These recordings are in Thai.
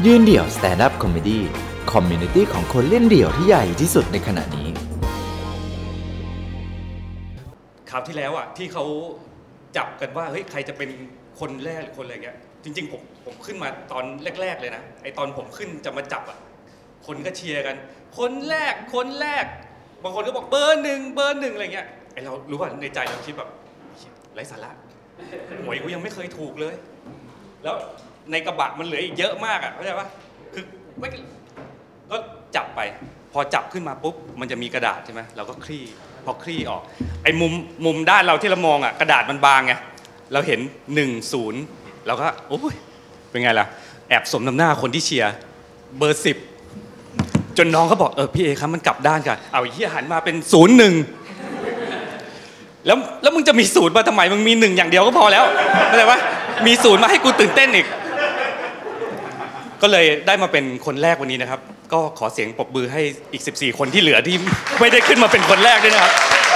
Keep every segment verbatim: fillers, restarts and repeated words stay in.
ยืนเดี่ยวสแตนด์อัพคอมเมดี้คอมมูนิตี้ของคนเล่นเดี่ยวที่ใหญ่ที่สุดในขณะนี้คราวที่แล้วอ่ะที่เขาจับกันว่าเฮ้ยใครจะเป็นคนแรกหรือคนอะไรเงี้ยจริงๆผมผมขึ้นมาตอนแรกๆเลยนะไอตอนผมขึ้นจะมาจับอ่ะคนก็เชียร์กันคนแรกคนแรกบางคนก็บอกเบอร์หนึ่งเบอร์หนึ่งอะไรเงี้ยไอเรารู้ว่าในใจเราคิดแบบไร้สาระหวยกูยังไม่เคยถูกเลยแล้วในกระบะมันเหลืออีกเยอะมากอ่ะเข้าใจปะคือไม่ก็จับไปพอจับขึ้นมาปุ๊บมันจะมีกระดาษใช่ไหมเราก็คลี่พอคลี่ออกไอ้มุมมุมด้านเราที่เรามองอ่ะกระดาษมันบางไงเราเห็นหนึ่งศูนย์เราก็โอ้ยเป็นไงล่ะแอบสมน้ำหน้าคนที่เชียร์เบอร์สิบจนน้องเขาบอกเออพี่เอครับมันกลับด้านกันเอาไอ้เหี้ยหันมาเป็นศูนย์หนึ่งแล้วแล้วมึงจะมีศูนย์มาทำไมมึงมีหนึ่งอย่างเดียวก็พอแล้วเข้าใจปะมีศูนย์มาให้กูตื่นเต้นอีกก็เลยได้มาเป็นคนแรกวันนี้นะครับก็ขอเสียงปรบมือให้อีกสิบสี่คนที่เหลือที่ไม่ได้ขึ้นมาเป็นคนแรกด้วยนะครับ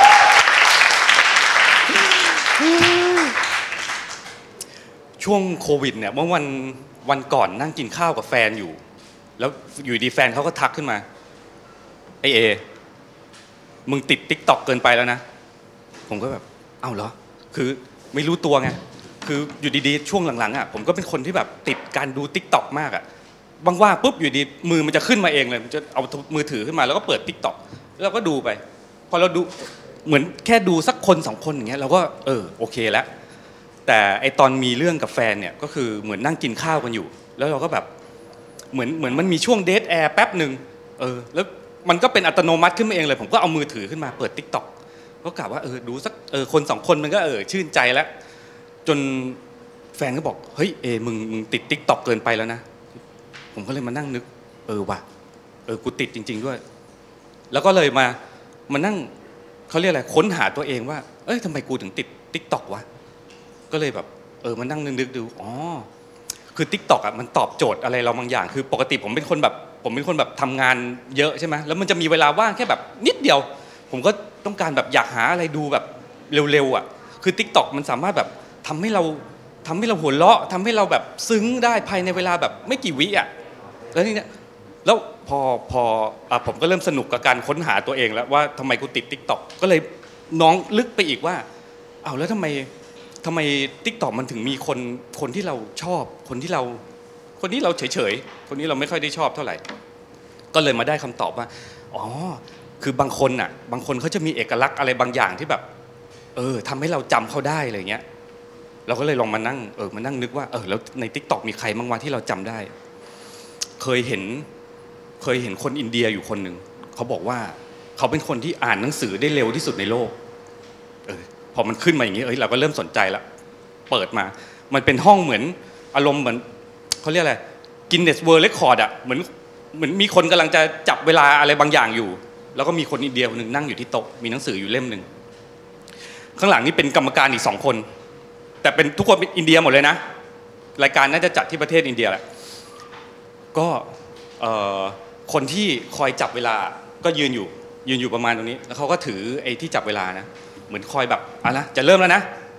ช่วงโควิดเนี่ยเมื่อวันวันก่อนนั่งกินข้าวกับแฟนอยู่แล้วอยู่ดีแฟนเขาก็ทักขึ้นมาไอเอมึงติด TikTok เกินไปแล้วนะผมก็แบบเอ้าเหรอคือไม่รู้ตัวไงคืออยู่ดีๆช่วงหลังๆอ่ะผมก็เป็นคนที่แบบติดการดู TikTok มากอ่ะว่างๆปุ๊บอยู่ดีมือมันจะขึ้นมาเองเลยมันจะเอามือถือขึ้นมาแล้วก็เปิด TikTok แล้วก็ดูไปพอเราดูเหมือนแค่ดูสักคนสองคนอย่างเงี้ยเราก็เออโอเคแล้วแต่ไอตอนมีเรื่องกับแฟนเนี่ยก็คือเหมือนนั่งกินข้าวกันอยู่แล้วเราก็แบบเหมือนเหมือนมันมีช่วงเดทแอร์แป๊บนึงเออแล้วมันก็เป็นอัตโนมัติขึ้นมาเองเลยผมก็เอามือถือขึ้นมาเปิด TikTok ก็กะว่าเออดูสักเออคนสองคนมันก็เออชื่นใจแล้วจนแฟนก็บอกเฮ้ยเอมึงมึงติด TikTok เกินไปแล้วนะผมก็เลยมานั่งนึกเออว่ะเออกูติดจริงๆด้วยแล้วก็เลยมามานั่งเขาเรียกอะไรค้นหาตัวเองว่าเอ้ยทำไมกูถึงติด TikTok วะก็เลยแบบเออมานั่งนึกๆดูอ๋อคือ TikTok อ่ะมันตอบโจทย์อะไรเราบางอย่างคือปกติผมเป็นคนแบบผมเป็นคนแบบทำงานเยอะใช่ไหมแล้วมันจะมีเวลาว่างแค่แบบนิดเดียวผมก็ต้องการแบบอยากหาอะไรดูแบบเร็วๆอ่ะคือ TikTok มันสามารถแบบทำให้เราทำให้เราหัวเราะทำให้เราแบบซึ้งได้ภายในเวลาแบบไม่กี่วิอ่ะแล้วนี่เนี่ยแล้วพอพออ่ะผมก็เริ่มสนุกกับการค้นหาตัวเองแล้วว่าทำไมกูติด TikTok ก็เลยน้องลึกไปอีกว่าอ้าวแล้วทำไมทำไม TikTok มันถึงมีคนคนที่เราชอบคนที่เราคนที่เราเฉยๆคนนี้เราไม่ค่อยได้ชอบเท่าไหร่ก็เลยมาได้คำตอบว่าอ๋อคือบางคนอ่ะบางคนเขาจะมีเอกลักษณ์อะไรบางอย่างที่แบบเออทำให้เราจำเขาได้อะไรเงี้ยเราก็เลยลองมานั่งเออมานั่งนึกว่าเออแล้วใน TikTok มีใครบ้างวะที่เราจำได้เคยเห็นเคยเห็นคนอินเดียอยู่คนหนึ่งเขาบอกว่าเขาเป็นคนที่อ่านหนังสือได้เร็วที่สุดในโลกเออพอมันขึ้นมาอย่างนี้เอ้ยเราก็เริ่มสนใจละเปิดมามันเป็นห้องเหมือนอารมณ์เหมือนเขาเรียกอะไรกินเนสเวิลด์เรคคอร์ดอ่ะเหมือนเหมือนมีคนกำลังจะจับเวลาอะไรบางอย่างอยู่แล้วก็มีคนอินเดียคนหนึ่งนั่งอยู่ที่โต๊ะมีหนังสืออยู่เล่มหนึ่งข้างหลังนี่เป็นกรรมการอีกสองคนแต่เป็นทุกคนเป็นอินเดียหมดเลยนะรายการน่าจะจัดที่ประเทศอินเดียแหละก็คนที่คอยจับเวลาก็ยืนอยู่ยืนอยู่ประมาณตรงนี้แล้วเขาก็ถือไอ้ที่จับเวลานะเหมือนคอยแบบอ่ะนะจะเริ่มแล้วนะ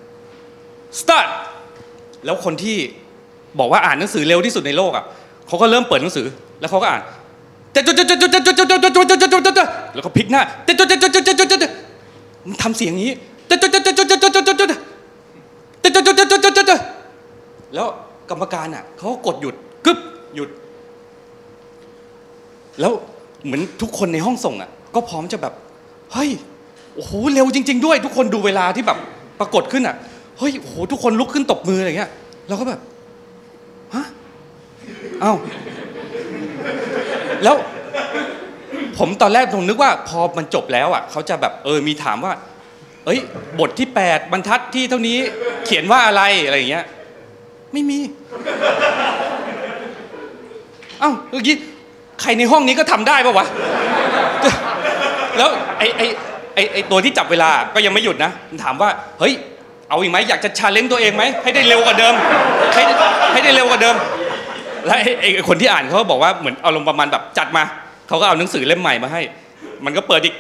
start แล้วคนที่บอกว่าอ่านหนังสือเร็วที่สุดในโลกอ่ะเขาก็เริ่มเปิดหนังสือแล้วเขาก็อ่านแล้วก็พลิกหน้ามันทำเสียงนี้แล้วกรรมการอ่ะเขาก็กดหยุดกึ๊บหยุดแล้วเหมือนทุกคนในห้องส่งอ่ะก็พร้อมจะแบบเฮ้ยโอ้โหเร็วจริงๆด้วยทุกคนดูเวลาที่แบบปรากฏขึ้นอ่ะเฮ้ยโอ้โหทุกคนลุกขึ้นตบมืออะไรเงี้ยเราก็แบบฮะเอ้าแล้วผมตอนแรกผมนึกว่าพอมันจบแล้วอ่ะเขาจะแบบเออมีถามว่าเอ้ยบทที่แปดบรรทัดที่เท่านี้เขียนว่าอะไรอะไรอย่างเงี้ยไม่มีเอ้าเมื่อกี้ใครในห้องนี้ก็ทำได้ป่ะวะแล้วไอ้ไอ้ไอ้ไอ้ตัวที่จับเวลาก็ยังไม่หยุดนะถามว่าเฮ้ยเอาอีกไหมอยากจะชาเลนจ์ตัวเองไหมให้ได้เร็วกว่าเดิมให้ให้ได้เร็วกว่าเดิมแล้วไอ้คนที่อ่านเขาก็บอกว่าเหมือนอารมณ์ประมาณแบบจัดมาเขาก็เอาหนังสือเล่มใหม่มาให้มันก็เปิดอีก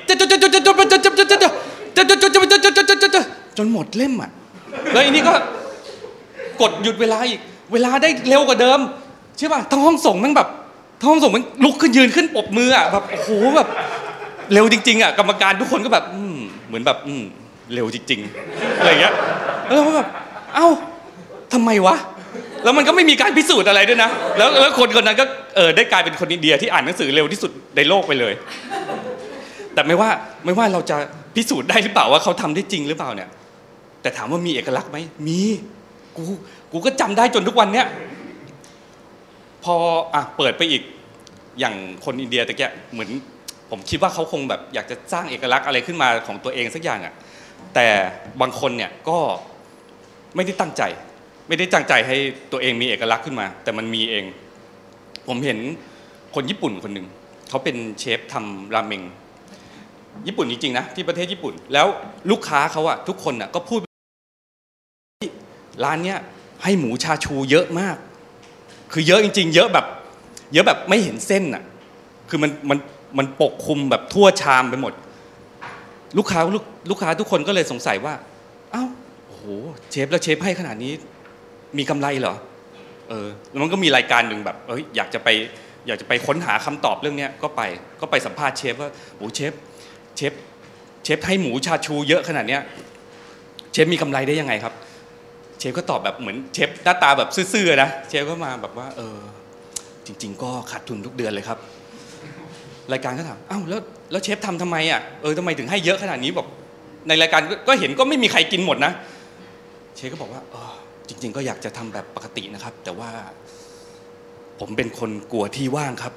จนหมดเล่มอ่ะแล้วอันนี้ก็กดหยุดเวลาอีกเวลาได้เร็วกว่าเดิมใช่ป่ะทั้งห้องส่งมันแบบทั้งห้องส่งมันลุกขึ้นยืนขึ้นปรบมืออ่ะแบบโอ้โหแบบเร็วจริงๆอ่ะกรรมการทุกคนก็แบบอืมเหมือนแบบอืมเร็วจริงๆอะไรเงี้ยแล้วเราก็แบบเอ้าทำไมวะแล้วมันก็ไม่มีการพิสูจน์อะไรด้วยนะแล้วแล้วคนคนนั้นก็เออได้กลายเป็นคนอินเดียที่อ่านหนังสือเร็วที่สุดในโลกไปเลยแต่ไม่ว่าไม่ว่าเราจะพิสูจน์ได้หรือเปล่าว่าเขาทำได้จริงหรือเปล่าเนี่ยแต่ถามว่ามีเอกลักษณ์ไหมมีกูกูก็จำได้จนทุกวันเนี้ยพออ่ะเปิดไปอีกอย่างคนอินเดียตะเกียเหมือนผมคิดว่าเขาคงแบบอยากจะสร้างเอกลักษณ์อะไรขึ้นมาของตัวเองสักอย่างอ่ะแต่บางคนเนี่ยก็ไม่ได้ตั้งใจไม่ได้ตั้งใจให้ตัวเองมีเอกลักษณ์ขึ้นมาแต่มันมีเองผมเห็นคนญี่ปุ่นคนหนึ่งเขาเป็นเชฟทำราเมงญี่ปุ่นจริงๆนะที่ประเทศญี่ปุ่นแล้วลูกค้าเขาอะทุกคนอะก็พูดร้านเนี้ยให้หมูชาชูเยอะมากคือเยอะจริงๆเยอะแบบเยอะแบบไม่เห็นเส้นอะคือมันมันมันปกคลุมแบบทั่วชามไปหมดลูกค้าลูกลูกค้าทุกคนก็เลยสงสัยว่าอ้าวโอ้โหเชฟแล้วเชฟให้ขนาดนี้มีกำไรเหรอเออแล้วมันก็มีรายการหนึ่งแบบเอ้ยอยากจะไปอยากจะไปค้นหาคำตอบเรื่องนี้ก็ไปก็ไปสัมภาษณ์เชฟว่าโอ้เชฟเชฟเชฟให้หมูชาชูเยอะขนาดเนี้ยเชฟมีกำไรได้ยังไงครับเชฟก็ตอบแบบเหมือนเชฟหน้าตาแบบซื่อๆนะเชฟก็มาแบบว่าเออจริงๆก็ขาดทุนทุกเดือนเลยครับรายการก็ถามอ้าวแล้วแล้วเชฟทำทำไมอ่ะเออทำไมถึงให้เยอะขนาดนี้บอกในรายการก็เห็นก็ไม่มีใครกินหมดนะเชฟก็บอกว่าเออจริงๆก็อยากจะทำแบบปกตินะครับแต่ว่าผมเป็นคนกลัวที่ว่างครับ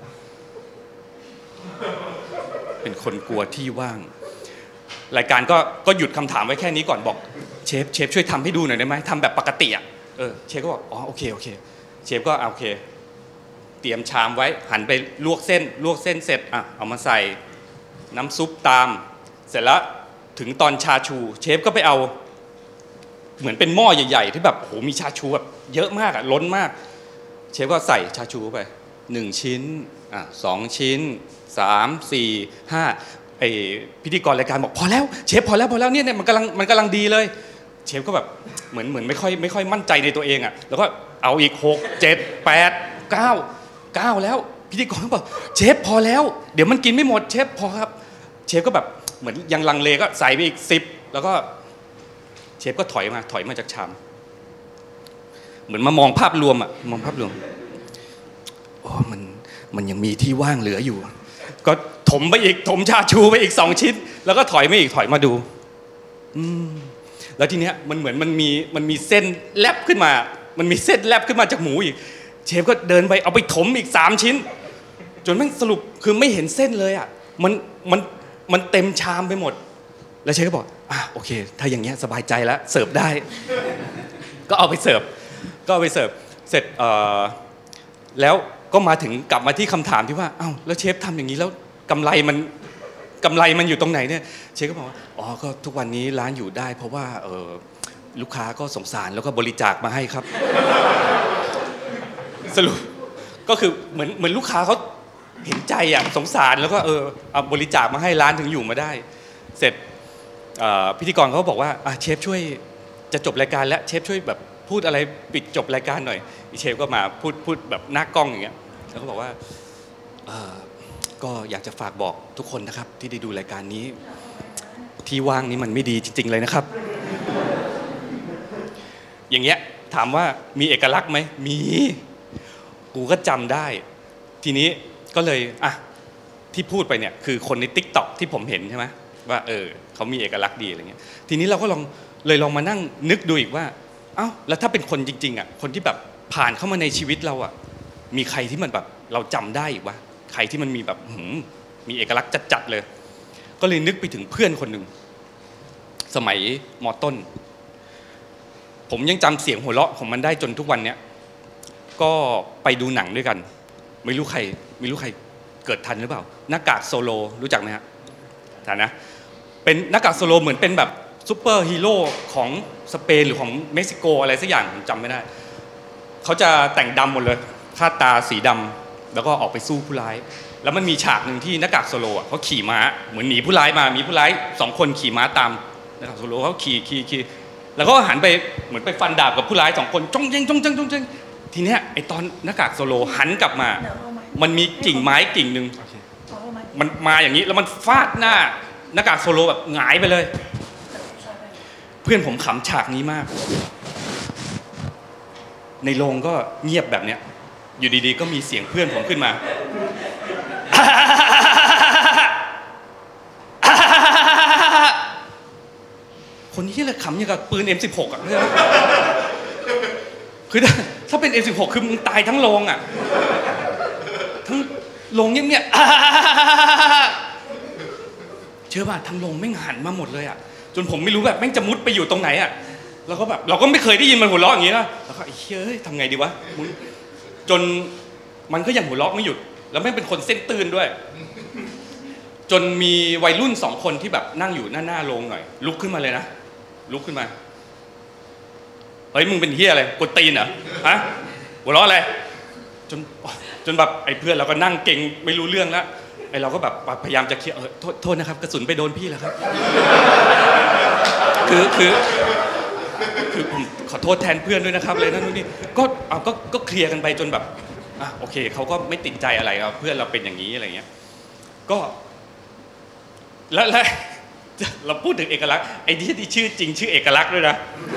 เป็นคนกลัวที่ว่างรายการก็ก็หยุดคำถามไว้แค่นี้ก่อนบอกเชฟเชฟช่วยทำให้ดูหน่อยได้ไหมทำแบบปกติอ่ะเออเชฟก็บอกอ๋อโอเคโอเคเชฟก็โอเคเตรียมชามไว้หันไปลวกเส้นลวกเส้นเสร็จอ่ะเอามาใส่น้ำซุปตามเสร็จแล้วถึงตอนชาชูเชฟก็ไปเอาเหมือนเป็นหม้อใหญ่ๆที่แบบโหมีชาชูแบบเยอะมากอ่ะล้นมากเชฟก็ใส่ชาชูไปหนึ่งชิ้นอ่ะสองชิ้นสามสี่ห้าไอพิธีกรรายการบอกพอแล้วเชฟพอแล้วพอแล้วเนี่ยมันกำลังมันกำลังดีเลยเชฟก็แบบเหมือนเหมือนไม่ค่อยไม่ค่อยมั่นใจในตัวเองอ่ะแล้วก็เอาอีกหกเจ็ดแปดเก้าเก้าแล้วพิธีกรก็บอกเชฟพอแล้วเดี๋ยวมันกินไม่หมดเชฟพอครับเชฟก็แบบเหมือนยังลังเลก็ใส่ไปอีกสิบแล้วก็เชฟก็ถอยมาถอยมาจากชามเหมือนมามองภาพรวมอ่ะมองภาพรวมโอ้มันมันยังมีที่ว่างเหลืออยู่ก็ถมไปอีกถมชาชูไปอีกสองชิ้นแล้วก็ถอยมาอีกถอยมาดูอืมแล้วทีเนี้ยมันเหมือนมันมีมันมีเส้นแลบขึ้นมามันมีเส้นแลบขึ้นมาจากหมูอีกเชฟก็เดินไปเอาไปถมอีกสามชิ้นจนแม่งสรุปคือไม่เห็นเส้นเลยอ่ะมันมันมันเต็มชามไปหมดแล้วเชฟก็บอกอ่ะโอเคถ้าอย่างเงี้ยสบายใจแล้วเสิร์ฟได้ก็เอาไปเสิร์ฟก็เอาไปเสิร์ฟเสร็จเอ่อแล้วก็มาถึงกลับมาที่คำถามที่ว่าอ้าวแล้วเชฟทำอย่างนี้แล้วกำไรมันกำไรมันอยู่ตรงไหนเนี่ยเชฟก็บอกว่าอ๋อก็ทุกวันนี้ร้านอยู่ได้เพราะว่าเออลูกค้าก็สงสารแล้วก็บริจาคมาให้ครับสรุปก็คือเหมือนเหมือนลูกค้าเขาเห็นใจอ่ะสงสารแล้วก็เออเอาบริจาคมาให้ร้านถึงอยู่มาได้เสร็จพิธีกรเขาบอกว่าเชฟช่วยจะจบรายการแล้วเชฟช่วยแบบพูดอะไรปิดจบรายการหน่อยเชฟก็มาพูดพูดแบบหน้ากล้องอย่างเงี้ยแล้วก็บอกว่าก็อยากจะฝากบอกทุกคนนะครับที่ได้ดูรายการนี้ที่ว่างนี้มันไม่ดีจริงๆเลยนะครับอย่างเงี้ยถามว่ามีเอกลักษณ์ไหมมีกูก็จำได้ทีนี้ก็เลยอ่ะที่พูดไปเนี่ยคือคนใน ติ๊กต็อก ที่ผมเห็นใช่ไหมว่าเออเขามีเอกลักษณ์ดีอะไรเงี้ยทีนี้เราก็ลองเลยลองมานั่งนึกดูอีกว่าเอ้าแล้วถ้าเป็นคนจริงๆอ่ะคนที่แบบผ่านเข้ามาในชีวิตเราอ่ะมีใครที่มันแบบเราจำได้อีกวะใครที่มันมีแบบมีเอกลักษณ์จัดๆเลยก็เลยนึกไปถึงเพื่อนคนหนึ่งสมัยม.ต้นผมยังจำเสียงหัวเราะของมันได้จนทุกวันเนี้ยก็ไปดูหนังด้วยกันไม่รู้ใครไม่รู้ใครเกิดทันหรือเปล่าหน้ากากโซโลรู้จักไหมฮะฐานะเป็นหน้ากากโซโลเหมือนเป็นแบบซูเปอร์ฮีโร่ของสเปนหรือของเม็กซิโกอะไรสักอย่างผมจำไม่ได้เขาจะแต่งดำหมดเลยคาดตาสีดำแล้วก็ออกไปสู้ผู้ร้ายแล้วมันมีฉากหนึ่งที่หน้ากากโซโลอ่ะเขาขี่ม้าเหมือนหนีผู้ร้ายมามีผู้ร้ายสองคนขี่ม้าตามหน้ากากโซโลเขาขี่ขี่ขี่แล้วก็หันไปเหมือนไปฟันดาบกับผู้ร้ายสองคนจ้องเจ้งจ้องเจ้งจ้องเจ้งทีเนี้ยไอตอนหน้ากากโซโลหันกลับมามันมีกิ่งไม้กิ่งหนึ่งมันมาอย่างนี้แล้วมันฟาดหน้าหน้ากากโซโลแบบหงายไปเลยเพื่อนผมขำฉากนี้มากในโรงก็เงียบแบบเนี้ยอยู่ดีๆก็มีเสียงเพื่อนผมขึ้นมาคนนี้ที่เลยขำอย่างกับปืน เอ็ม สิบหก อ่ะคือถ้าเป็น เอ็ม สิบหก คือมึงตายทั้งโรงอ่ะทั้งโรงเงียบๆเชื่อป่ะทั้งโรงแม่งหันมาหมดเลยอ่ะจนผมไม่รู้แบบแม่งจะมุดไปอยู่ตรงไหนอ่ะแล้วก็แบบเราก็ไม่เคยได้ยินมันหัวเราะอย่างนี้นะแล้วก็ไอ้เฮ้ยทำไงดีวะจนมันก็ยังหัวเราะไม่หยุดแล้วแม่งเป็นคนเส้นตื่นด้วยจนมีวัยรุ่นสองคนที่แบบนั่งอยู่หน้าหน้าโรงหน่อยลุกขึ้นมาเลยนะลุกขึ้นมาเฮ้ยมึงเป็นเฮียอะไรกดตีนเหรอฮะหัวเราะอะไรจนจนแบบไอ้เพื่อนเราก็นั่งเก่งไม่รู้เรื่องแล้วไอ้เราก็แบบพยายามจะเคลียร์เออโทษโทษนะครับกระสุนไปโดนพี่แล้วครับคือคือคือผมขอโทษแทนเพื่อนด้วยนะครับอะไรนั่นนู่นนี่ก็เอาก็ก็เคลียร์กันไปจนแบบอ่ะโอเคเขาก็ไม่ติดใจอะไรครับเพื่อนเราเป็นอย่างนี้อะไรเงี้ยก็แล้วแล้วเราพูดถึงเอกลักษณ์ไอ้ที่ที่ชื่อจริงชื่อเอกลักษณ์ด้วยนะ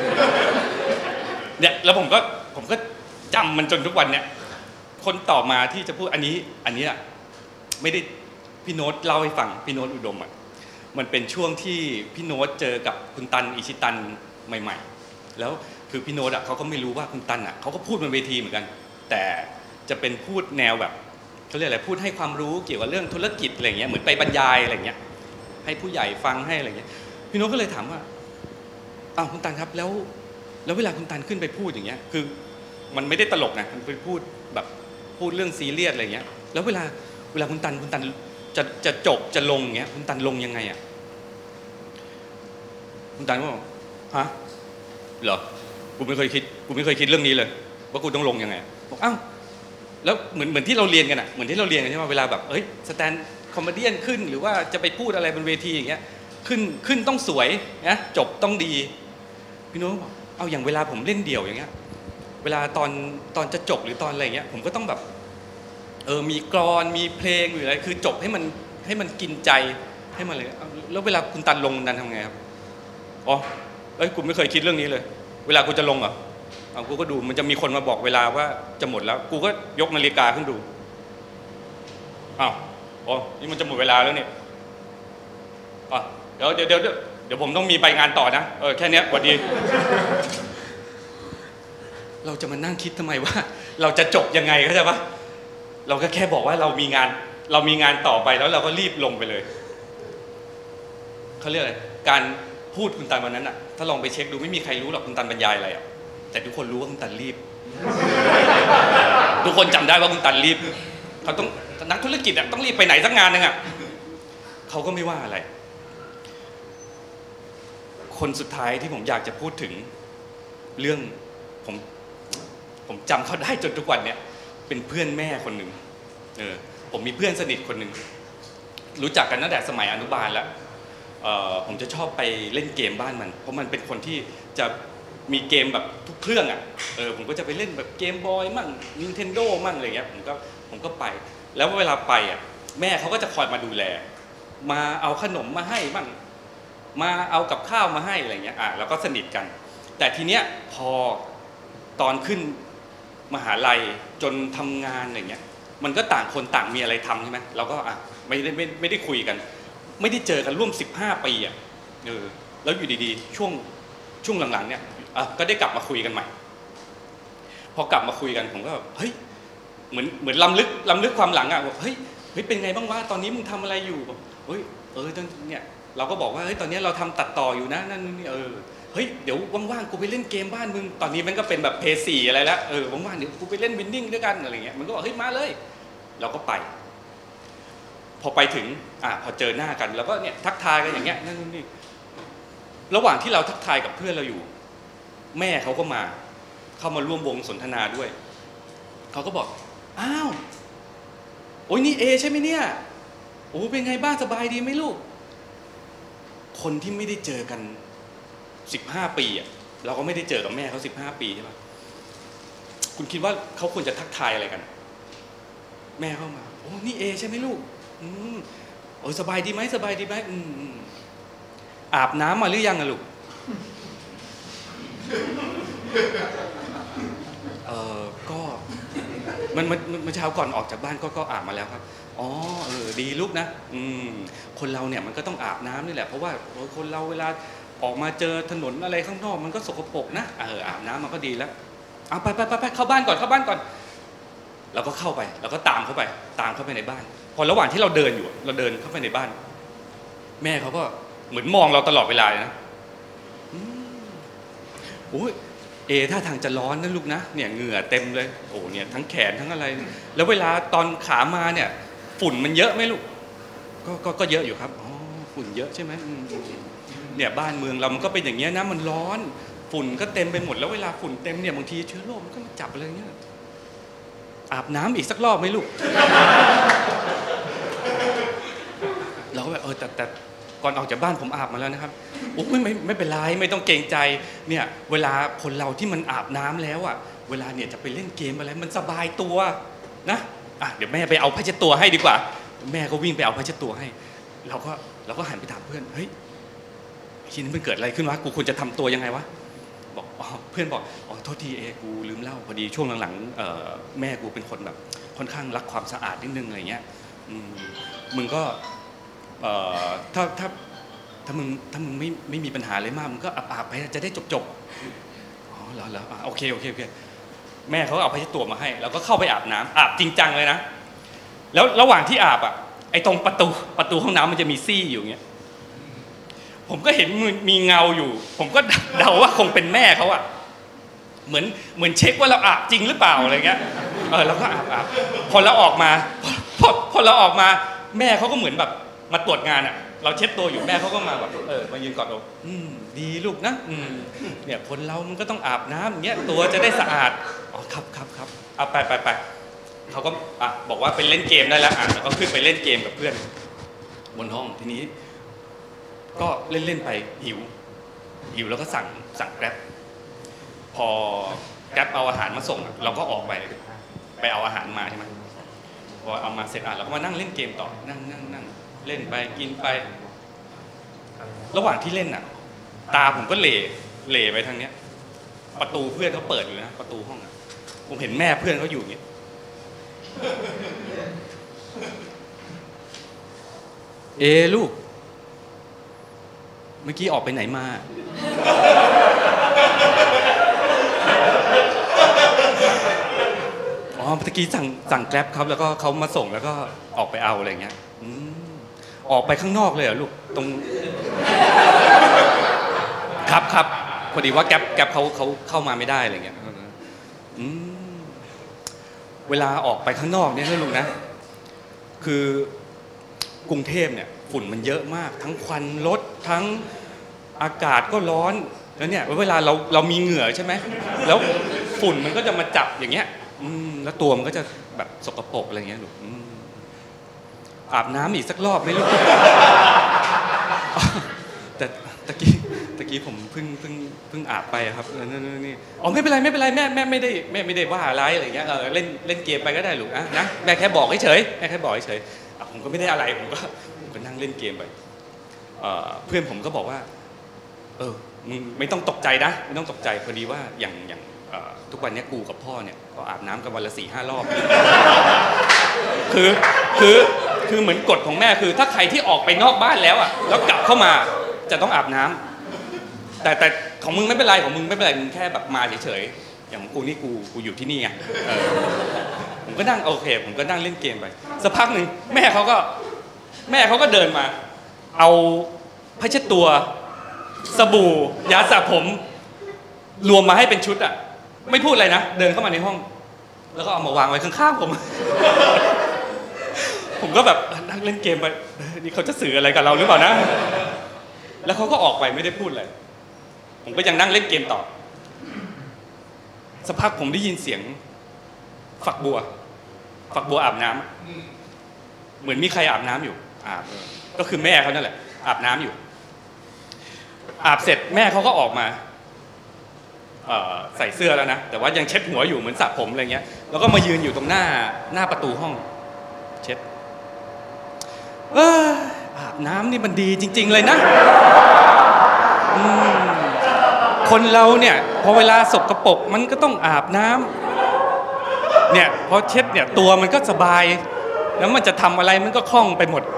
เนี่ยแล้วผมก็ผมก็จำมันจนทุกวันเนี่ยคนต่อมาที่จะพูดอันนี้อันนี้อ่ะไม่ได้พี่โน้ตเล่าให้ฟังพี่โน้ตอุดมอ่ะมันเป็นช่วงที่พี่โน้ตเจอกับคุณตันอิชิตันใหม่ๆแล้วคือพี่โน้ตอ่ะเขาก็ไม่รู้ว่าคุณตันอ่ะเขาก็พูดบนเวทีเหมือนกันแต่จะเป็นพูดแนวแบบเขาเรียกอะไรพูดให้ความรู้เกี่ยวกับเรื่องธุรกิจอะไรเงี้ยเหมือนไปบรรยายอะไรเงี้ยให้ผู้ใหญ่ฟังให้อะไรเงี้ยพี่โน้ตก็เลยถามว่าอ้าวคุณตันครับแล้วแล้วเวลาคุณตันขึ้นไปพูดอย่างเงี้ยคือมันไม่ได้ตลกนะมันไปพูดแบบพูดเรื่องซีเรียสอะไรเงี้ยแล้วเวลาเวลาคุณตันคุณตันจะจะจบจะลงอย่างเงี้ยคุณตันลงยังไงอ่ะคุณตันก็บอกฮะเหรอกูไม่เคยคิดกูไม่เคยคิดเรื่องนี้เลยว่ากูต้องลงยังไงบอกอ้าวแล้วเหมือนเหมือนที่เราเรียนกันอ่ะเหมือนที่เราเรียนกันใช่ไหมเวลาแบบเอ้ยสแตนคอมเมดี้ขึ้นหรือว่าจะไปพูดอะไรบนเวทีอย่างเงี้ยขึ้นขึ้นต้องสวยนะจบต้องดีพี่โน้ตบอกเอาอย่างเวลาผมเล่นเดี่ยวอย่างเงี้ยเวลาตอนตอนจะจบหรือตอนอะไรเงี้ยผมก็ต้องแบบเออมีกลอนมีเพลงหรืออะไรคือจบให้มันให้มันกินใจให้มันเลยแล้วเวลาคุณตันลงนันทำไงครับอ๋อเอ้ยกูไม่เคยคิดเรื่องนี้เลยเวลากูจะลงเหรอเอากูก็ดูมันจะมีคนมาบอกเวลาว่าจะหมดแล้วกูก็ยกนาฬิกาขึ้นดูอ้าวอ๋อนี่มันจะหมดเวลาแล้วเนี่ยอ๋อเดี๋ยวเดี๋ยวเดี๋ยวเดี๋ยวผมต้องมีไปงานต่อนะเออแค่นี้สวัสดีเราจะมานั่งคิดทำไมว่าเราจะจบยังไงเข้าใจปะเราก็แค่บอกว่าเรามีงานเรามีงานต่อไปแล้วเราก็รีบลงไปเลยเขาเรียกอะไรการพูดคุณตันวันนั้นอ่ะถ้าลองไปเช็คดูไม่มีใครรู้หรอกคุณตันบรรยายอะไรอ่ะแต่ทุกคนรู้ว่าคุณตันรีบทุกคนจำได้ว่าคุณตันรีบเขาต้องนักธุรกิจอ่ะต้องรีบไปไหนสักงานนึงอ่ะเขาก็ไม่ว่าอะไรคนสุดท้ายที่ผมอยากจะพูดถึงเรื่องผมผมจำเขาได้จนทุกวันเนี้ยเป็นเพื่อนแม่คนหนึ่งเออผมมีเพื่อนสนิทคนหนึ่งรู้จักกันตั้งแต่สมัยอนุบาลแล้วเอ่อผมจะชอบไปเล่นเกมบ้านมันเพราะมันเป็นคนที่จะมีเกมแบบทุกเครื่องอ่ะเออผมก็จะไปเล่นแบบเกมบอยมั่ง Nintendo มั่งอะไรเงี้ยผมก็ผมก็ไปแล้วเวลาไปอ่ะแม่เขาก็จะคอยมาดูแลมาเอาขนมมาให้มั่งมาเอากับข้าวมาให้อะไรเงี้ยอ่ะเราก็สนิทกันแต่ทีเนี้ยพอตอนขึ้นมหาลัยจนทำงานอะไรเงี้ยมันก็ต่างคนต่างมีอะไรทำใช่ไหมเราก็อ่ะไม่ได้ไม่ไม่ได้คุยกันไม่ได้เจอกันร่วมสิบห้าปีอ่ะเออแล้วอยู่ดีๆช่วงช่วงหลังๆเนี่ยอ่ะก็ได้กลับมาคุยกันใหม่พอกลับมาคุยกันผมก็เฮ้ยเหมือนเหมือนล้ำลึกล้ำลึกความหลังอ่ะบอกเฮ้ยเฮ้ยเป็นไงบ้างวะตอนนี้มึงทำอะไรอยู่บอกเฮ้ยเออเนี่ยเราก็บอกว่าเฮ้ยตอนนี้เราทำตัดต่ออยู่นะนั่นนี่เออเฮ้ยเดี๋ยวว่างๆกูไปเล่นเกมบ้านมึงตอนนี้มันก็เป็นแบบเพย์สี่อะไรแล้วเออว่างๆเดี๋ยวกูไปเล่นวินนิ่งด้วยกันอะไรเงี้ยมันก็บอกเฮ้ยมาเลยเราก็ไปพอไปถึงอ่ะพอเจอหน้ากันแล้วก็เนี่ยทักทายกันอย่างเงี้ยนั่นนี่ระหว่างที่เราทักทายกับเพื่อนเราอยู่แม่เขาก็มาเข้ามาร่วมวงสนทนาด้วยเขาก็บอกอ้าวโอ้ยนี่เอใช่ไหมเนี่ยโอ้เป็นไงบ้างสบายดีไหมลูกคนที่ไม่ได้เจอกันสิบห้าปีอ่ะเราก็ไม่ได้เจอกับแม่เขาสิบห้าปีใช่ปะคุณคิดว่าเขาควรจะทักทายอะไรกันแม่เข้ามาโอ้นี่เอใช่ไหมลูกอืมโอ้สบายดีไหมสบายดีไหมอืมอาบน้ำมาหรือยังอะลูกเออก็มันมันเมื่อเช้าก่อนออกจากบ้านก็ก็อาบมาแล้วครับอ๋อเออดีลูกนะอืมคนเราเนี่ยมันก็ต้องอาบน้ำนี่แหละเพราะว่าคนเราเวลาออกมาเจอถนนอะไรข้างนอกมันก็สกปรกนะเอออาบน้ำมันก็ดีแล้วเอาไปไปไปไปเข้าบ้านก่อนเข้าบ้านก่อนเราก็เข้าไปเราก็ตามเข้าไปตามเข้าไปในบ้านพอระหว่างที่เราเดินอยู่เราเดินเข้าไปในบ้านแม่เขาก็เหมือนมองเราตลอดเวลานะโอ้ยเอถ้าทางจะร้อนนะลูกนะเนี่ยเหงื่อเต็มเลยโอ้เนี่ยทั้งแขนทั้งอะไรแล้วเวลาตอนขามาเนี่ยฝุ่นมันเยอะไหมลูกก็ก็ก็เยอะอยู่ครับอ๋อฝุ่นเยอะใช่ไหมเนี่ยบ้านเมืองเรามันก็เป็นอย่างเงี้ยนะมันร้อนฝุ่นก็เต็มไปหมดแล้วเวลาฝุ่นเต็มเนี่ยบางทีเชื้อโรคมันก็มาจับอะไรเงี้ยอาบน้ำอีกสักรอบไหมลูกเราก็แบบเออแต่แต่ก่อนออกจากบ้านผมอาบมาแล้วนะครับโอ้ไม่ไม่ไม่เป็นไรไม่ต้องเกรงใจเนี่ยเวลาคนเราที่มันอาบน้ำแล้วอ่ะเวลาเนี่ยจะไปเล่นเกมอะไรมันสบายตัวนะอ่ะเดี๋ยวแม่ไปเอาผ้าเช็ดตัวให้ดีกว่าแม่ก็วิ่งไปเอาผ้าเช็ดตัวให้เราก็เราก็หันไปถามเพื่อนเฮ้ยทีนี้มันเกิดอะไรขึ้นวะกูควรจะทำตัวยังไงวะบอกอ๋อเพื่อนบอกอ๋อโทษทีเอกูลืมเล่าพอดีช่วงหลังๆแม่กูเป็นคนแบบค่อนข้างรักความสะอาดนิดนึงอะไรเงี้ยมึงก็ถ้าถ้าถ้ามึงถ้ามึงไม่ไม่มีปัญหาอะไรมากมึงก็อาบไปจะได้จบจบอ๋อเหรอเหรอโอเคโอเคโอเคแม่เขาเอาผ้าเช็ดตัวมาให้แล้วก็เข้าไปอาบน้ำอาบจริงจังเลยนะแล้วระหว่างที่อาบอ่ะไอ้ตรงประตูประตูห้องน้ำมันจะมีซี่อยู่เงี้ยผมก็เห็นมีเงาอยู่ผมก็เดาว่าคงเป็นแม่เขาอ่ะเหมือนเหมือนเช็คว่าเราอาบจริงหรือเปล่าอะไรเงี้ยเออเราก็อาบอาบพอเราออกมาพอพอเราออกมาแม่เขาก็เหมือนแบบมาตรวจงานอ่ะเราเช็ดตัวอยู่แม่เขาก็มาแบบเออมายืนกอดเราอืมดีลูกนะอืมเนี่ยคนเรามันก็ต้องอาบน้ำอย่างเงี้ยตัวจะได้สะอาดอ๋อครับครับครับเอาไปไปไปเขาก็อ่ะบอกว่าไปเล่นเกมได้แล้วอ่ะแล้วก็ขึ้นไปเล่นเกมกับเพื่อนบนห้องทีนี้ก็เล่นเล่นไปหิวหิวแล้วก็สั่งสั่งแกร็บพอแกร็บเอาอาหารมาส่งเราก็ออกไปไปเอาอาหารมาใช่ไหมพอเอามาเสร็จอ่ะเราก็มานั่งเล่นเกมต่อนั่งนั่งนั่งเล่นไปกินไประหว่างที่เล่นอ่ะตาผมก็เหล่เหล่ไปทางเนี้ยประตูเพื่อนเขาเปิดอยู่นะประตูห้องผมเห็นแม่เพื่อนเขาอยู่อย่างเงี้ยเอลูกเมื่อกี้ออกไปไหนมาอ๋อเมื่อกี้สั่งสั่งแกร็บครับแล้วก็เขามาส่งแล้วก็ออกไปเอาอะไรเงี้ยออกไปข้างนอกเลยเหรอลูกตรงครับครับพอดีว่าแกร็บแกร็บเขาเขาเข้ามาไม่ได้อะไรเงี้ยเวลาออกไปข้างนอกเนี่ยนะลูกนะคือกรุงเทพเนี่ยฝุ่นมันเยอะมากทั้งควันรถทั้งอากาศก็ร้อนแล้วเนี่ยเวลาเราเรามีเหงื่อใช่ไหมแล้วฝุ่นมันก็จะมาจับอย่างเงี้ยแล้วตัวมันก็จะแบบสกปรกอะไรเงี้ยลูกอาบน้ำอีกสักรอบไหมลูกแต่ตะกี้ตะกี้ผมเพิ่งเพิ่งเพิ่งอาบไปครับนั่นนี่อ๋อไม่เป็นไรไม่เป็นไรแม่แม่ไม่ได้แม่ไม่ได้ว่าอะไรอะไรเงี้ยเออเล่นเล่นเกมไปก็ได้ลูกนะนะแม่แค่บอกเฉยแม่แค่บอกเฉยผมก็ไม่ได้อะไรผมก็ผมก็นั่งเล่นเกมไปเพื่อนผมก็บอกว่าเออมึงไม่ต้องตกใจนะไม่ต้องตกใจพอดีว่าอย่างอย่างทุกวันนี้กูกับพ่อเนี่ยก็อาบน้ำกันวันละสี่ห้ารอบคือคือคือเหมือนกฎของแม่คือถ้าใครที่ออกไปนอกบ้านแล้วอ่ะแล้วกลับเข้ามาจะต้องอาบน้ำแต่แต่ของมึงไม่เป็นไรของมึงไม่เป็นไรมึงแค่แบบมาเฉยๆอย่างกูนี่กูกูอยู่ที่นี่ไงผมก็นั่งโอเคผมก็นั่งเล่นเกมไปสักพักหนึ่งแม่เขาก็แม่เขาก็เดินมาเอาผ้าเช็ดตัวสบู่ยาสระผมรวมมาให้เป็นชุดอ่ะไม่พูดอะไรนะเดินเข้ามาในห้องแล้วก็เอามาวางไว้ข้างๆผมผมก็แบบนั่งเล่นเกมไปนี่เขาจะสื่ออะไรกับเราหรือเปล่านะแล้วเขาก็ออกไปไม่ได้พูดอะไรผมก็ยังนั่งเล่นเกมต่อสักพักผมได้ยินเสียงฝักบัวฝักบัวอาบน้ำเหมือนมีใครอาบน้ำอยู่อาบก็คือแม่เขานั่นแหละอาบน้ำอยู่อาบเสร็จแม่เขาก็ออกมาเอ่อใส่เสื้อแล้วนะแต่ว่ายังเช็ดหัวอยู่เหมือนสระผมอะไรเงี้ยแล้วก็มายืนอยู่ตรงหน้าหน้าประตูห้องเช็ดเอออาบน้ำนี่มันดีจริงๆเลยนะคนเราเนี่ยพอเวลาสกปรกมันก็ต้องอาบน้ำเนี่ยพอเช็ดเนี่ยตัวมันก็สบายแล้วมันจะทำอะไรมันก็คล่องไปหมด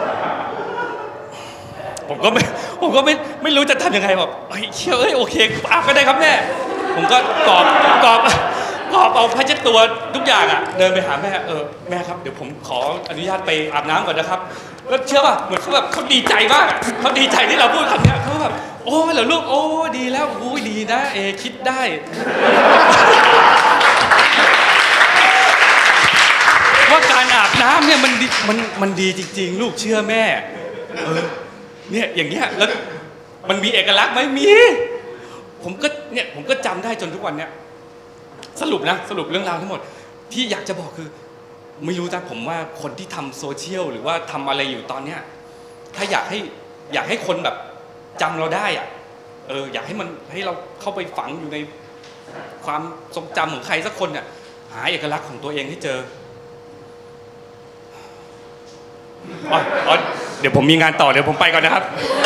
ผมก็ไม่ผมก็ไม่ไม่รู้จะทำยังไงแบบเฮ้ยเชื่อเอ้ยโอเคอาบก็ได้ครับแม่ผมก็กอบกอบกอบเอาผ้าเช็ดตัวทุกอย่างอ่ะเดินไปหาแม่เออแม่ครับเดี๋ยวผมขออนุญาตไปอาบน้ำก่อนนะครับแล้วเชื่อป่ะเหมือนเขาแบบเขาดีใจมากอ่ะเขาดีใจที่เราพูดคำนี้เขาแบบโอ้เหรอลูกโอ้ดีแล้วโอ้ดีนะเอคิดได้ว่าการอาบน้ำเนี่ยมันมันมันดีจริงๆลูกเชื่อแม่เออเนี่ยอย่างเงี้ยแล้วมันมีเอกลักษณ์ไหมมีผมก็เนี่ยผมก็จำได้จนทุกวันเนี่ยสรุปนะสรุปเรื่องราวทั้งหมดที่อยากจะบอกคือไม่รู้นะผมว่าคนที่ทำโซเชียลหรือว่าทำอะไรอยู่ตอนเนี้ยถ้าอยากให้อยากให้คนแบบจำเราได้อ่ะเอออยากให้มันให้เราเข้าไปฝังอยู่ในความทรงจำของใครสักคนเนี่ยหาเอกลักษณ์ของตัวเองให้เจออ๋ออ๋อเดี๋ยวผมมีงานต่อเดี๋ยวผมไปก่อนนะครับ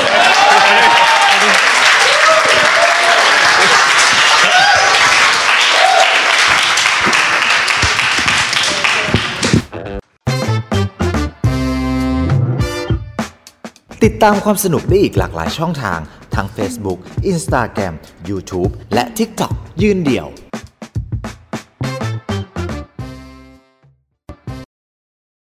ติดตามความสนุกได้อีกหลากหลายช่องทางทั้ง Facebook, Instagram, YouTube และ TikTok ยืนเดี่ยว